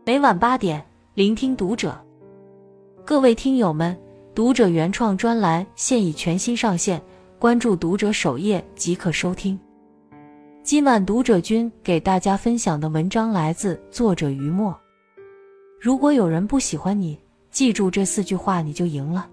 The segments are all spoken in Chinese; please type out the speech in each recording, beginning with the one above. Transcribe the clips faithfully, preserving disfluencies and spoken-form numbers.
每晚八点，聆听读者。各位听友们，读者原创专栏现已全新上线，关注读者首页即可收听。今晚读者君给大家分享的文章来自作者于墨。如果有人不喜欢你，记住这四句话你就赢了。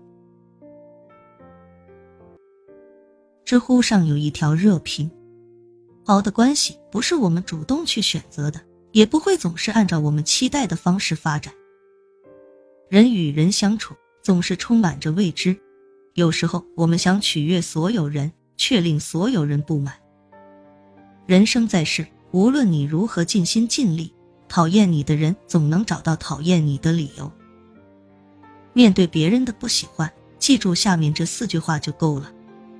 知乎上有一条热评：好的关系不是我们主动去选择的，也不会总是按照我们期待的方式发展。人与人相处总是充满着未知，有时候我们想取悦所有人，却令所有人不满。人生在世，无论你如何尽心尽力，讨厌你的人总能找到讨厌你的理由。面对别人的不喜欢，记住下面这四句话就够了。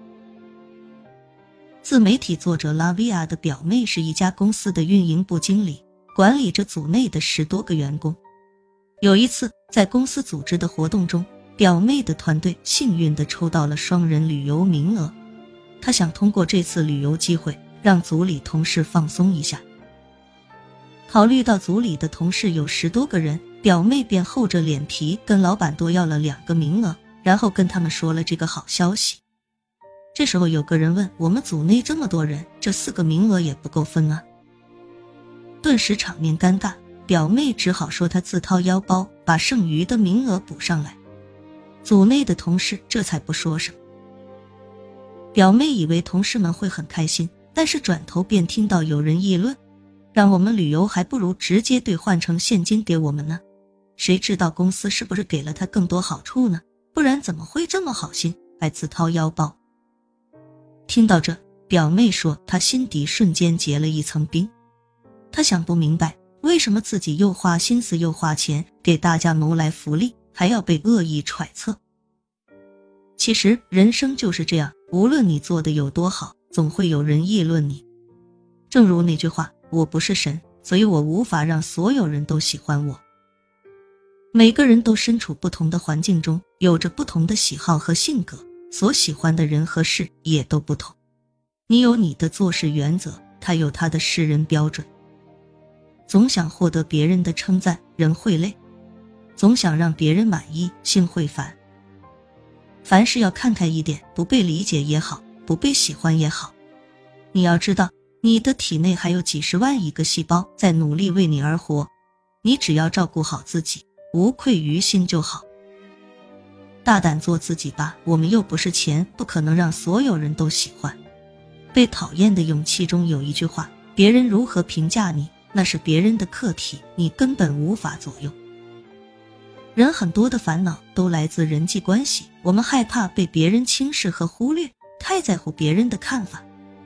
自媒体作者拉维亚的表妹是一家公司的运营部经理，管理着组内的十多个员工。有一次在公司组织的活动中，表妹的团队幸运地抽到了双人旅游名额，她想通过这次旅游机会让组里同事放松一下。考虑到组里的同事有十多个人，表妹便厚着脸皮跟老板多要了两个名额，然后跟他们说了这个好消息。这时候有个人问，我们组内这么多人，这四个名额也不够分啊。顿时场面尴尬，表妹只好说她自掏腰包把剩余的名额补上来。组内的同事这才不说什么。表妹以为同事们会很开心，但是转头便听到有人议论，让我们旅游还不如直接兑换成现金给我们呢。谁知道公司是不是给了他更多好处呢？不然怎么会这么好心还自掏腰包？听到这，表妹说她心底瞬间结了一层冰。她想不明白，为什么自己又花心思又花钱给大家谋来福利，还要被恶意揣测。其实人生就是这样，无论你做的有多好，总会有人议论你。正如那句话，我不是神，所以我无法让所有人都喜欢我。每个人都身处不同的环境中，有着不同的喜好和性格，所喜欢的人和事也都不同。你有你的做事原则，他有他的世人标准。总想获得别人的称赞，人会累；总想让别人满意，心会烦。凡事要看开一点，不被理解也好，不被喜欢也好。你要知道，你的体内还有几十万亿个细胞在努力为你而活，你只要照顾好自己，无愧于心就好。大胆做自己吧，我们又不是钱，不可能让所有人都喜欢。被讨厌的勇气中有一句话，别人如何评价你，那是别人的课题，你根本无法左右。人很多的烦恼都来自人际关系，我们害怕被别人轻视和忽略，太在乎别人的看法。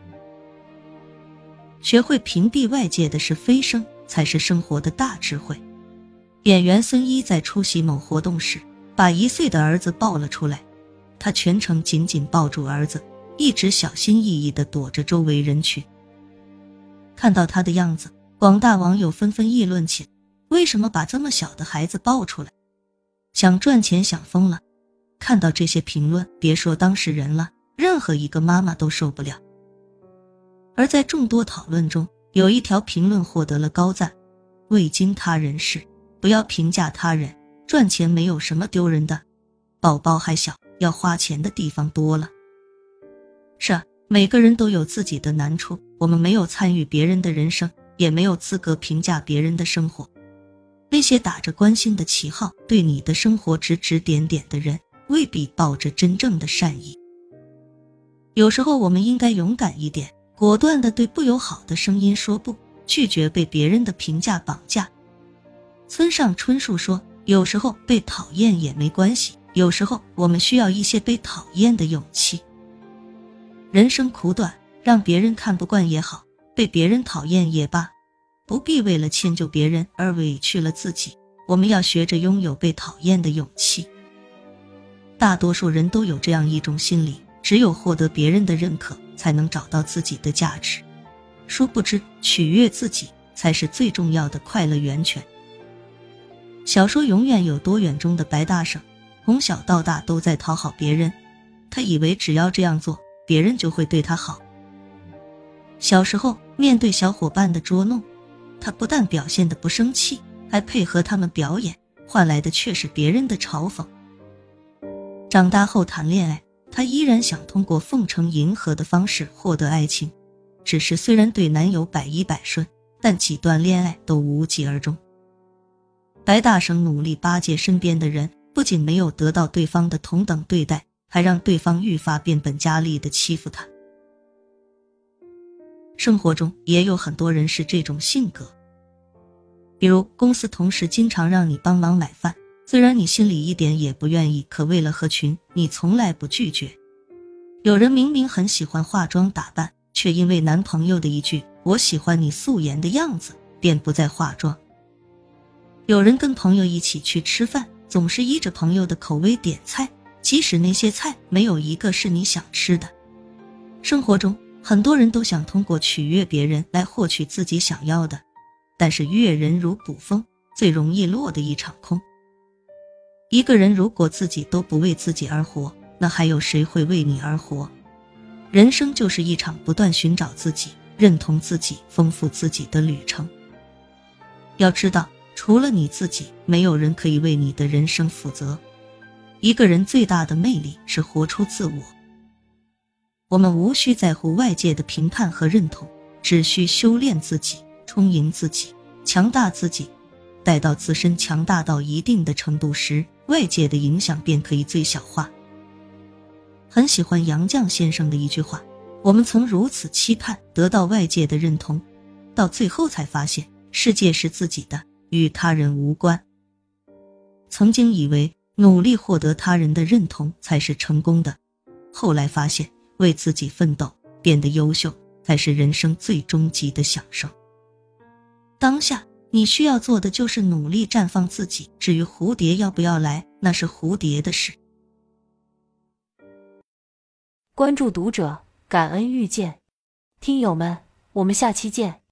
学会屏蔽外界的是非声，才是生活的大智慧。演员孙一在出席某活动时，把一岁的儿子抱了出来，他全程紧紧抱住儿子，一直小心翼翼地躲着周围人群。看到他的样子，广大网友纷纷议论起，为什么把这么小的孩子抱出来？想赚钱想疯了。看到这些评论，别说当事人了，任何一个妈妈都受不了。而在众多讨论中，有一条评论获得了高赞：未经他人事，不要评价他人，赚钱没有什么丢人的，宝宝还小，要花钱的地方多了。是啊，每个人都有自己的难处，我们没有参与别人的人生，也没有资格评价别人的生活。那些打着关心的旗号对你的生活指指点点的人，未必抱着真正的善意。有时候我们应该勇敢一点，果断地对不友好的声音说不，拒绝被别人的评价绑架。村上春树说，有时候被讨厌也没关系，有时候我们需要一些被讨厌的勇气。人生苦短，让别人看不惯也好，被别人讨厌也罢，不必为了迁就别人而委屈了自己。我们要学着拥有被讨厌的勇气。大多数人都有这样一种心理，只有获得别人的认可，才能找到自己的价值。殊不知，取悦自己才是最重要的快乐源泉。小说《永远有多远》中的白大婶，从小到大都在讨好别人，他以为只要这样做，别人就会对他好。小时候面对小伙伴的捉弄，他不但表现得不生气， 还配合他们表演，换来的却是别人的嘲讽。长大后谈恋爱，她依然想通过奉承迎合的方式获得爱情，只是虽然对男友百依百顺，但几段恋爱都无疾而终。白大生努力巴结身边的人，不仅没有得到对方的同等对待，还让对方愈发变本加厉地欺负他。生活中也有很多人是这种性格，比如公司同事经常让你帮忙买饭，虽然你心里一点也不愿意，可为了合群，你从来不拒绝。有人明明很喜欢化妆打扮，却因为男朋友的一句“我喜欢你素颜的样子”，便不再化妆。有人跟朋友一起去吃饭，总是依着朋友的口味点菜，即使那些菜没有一个是你想吃的。生活中很多人都想通过取悦别人来获取自己想要的，但是悦人如捕风，最容易落得一场空。一个人如果自己都不为自己而活，那还有谁会为你而活？人生就是一场不断寻找自己、认同自己、丰富自己的旅程。要知道，除了你自己，没有人可以为你的人生负责。一个人最大的魅力是活出自我。我们无需在乎外界的评判和认同，只需修炼自己，充盈自己，强大自己。待到自身强大到一定的程度时，外界的影响便可以最小化。很喜欢杨绛先生的一句话，我们曾如此期盼得到外界的认同，到最后才发现世界是自己的，与他人无关。曾经以为努力获得他人的认同才是成功的，后来发现为自己奋斗，变得优秀，才是人生最终极的享受。当下你需要做的就是努力绽放自己，至于蝴蝶要不要来，那是蝴蝶的事。 关注读者，感恩遇见。听友们，我们下期见。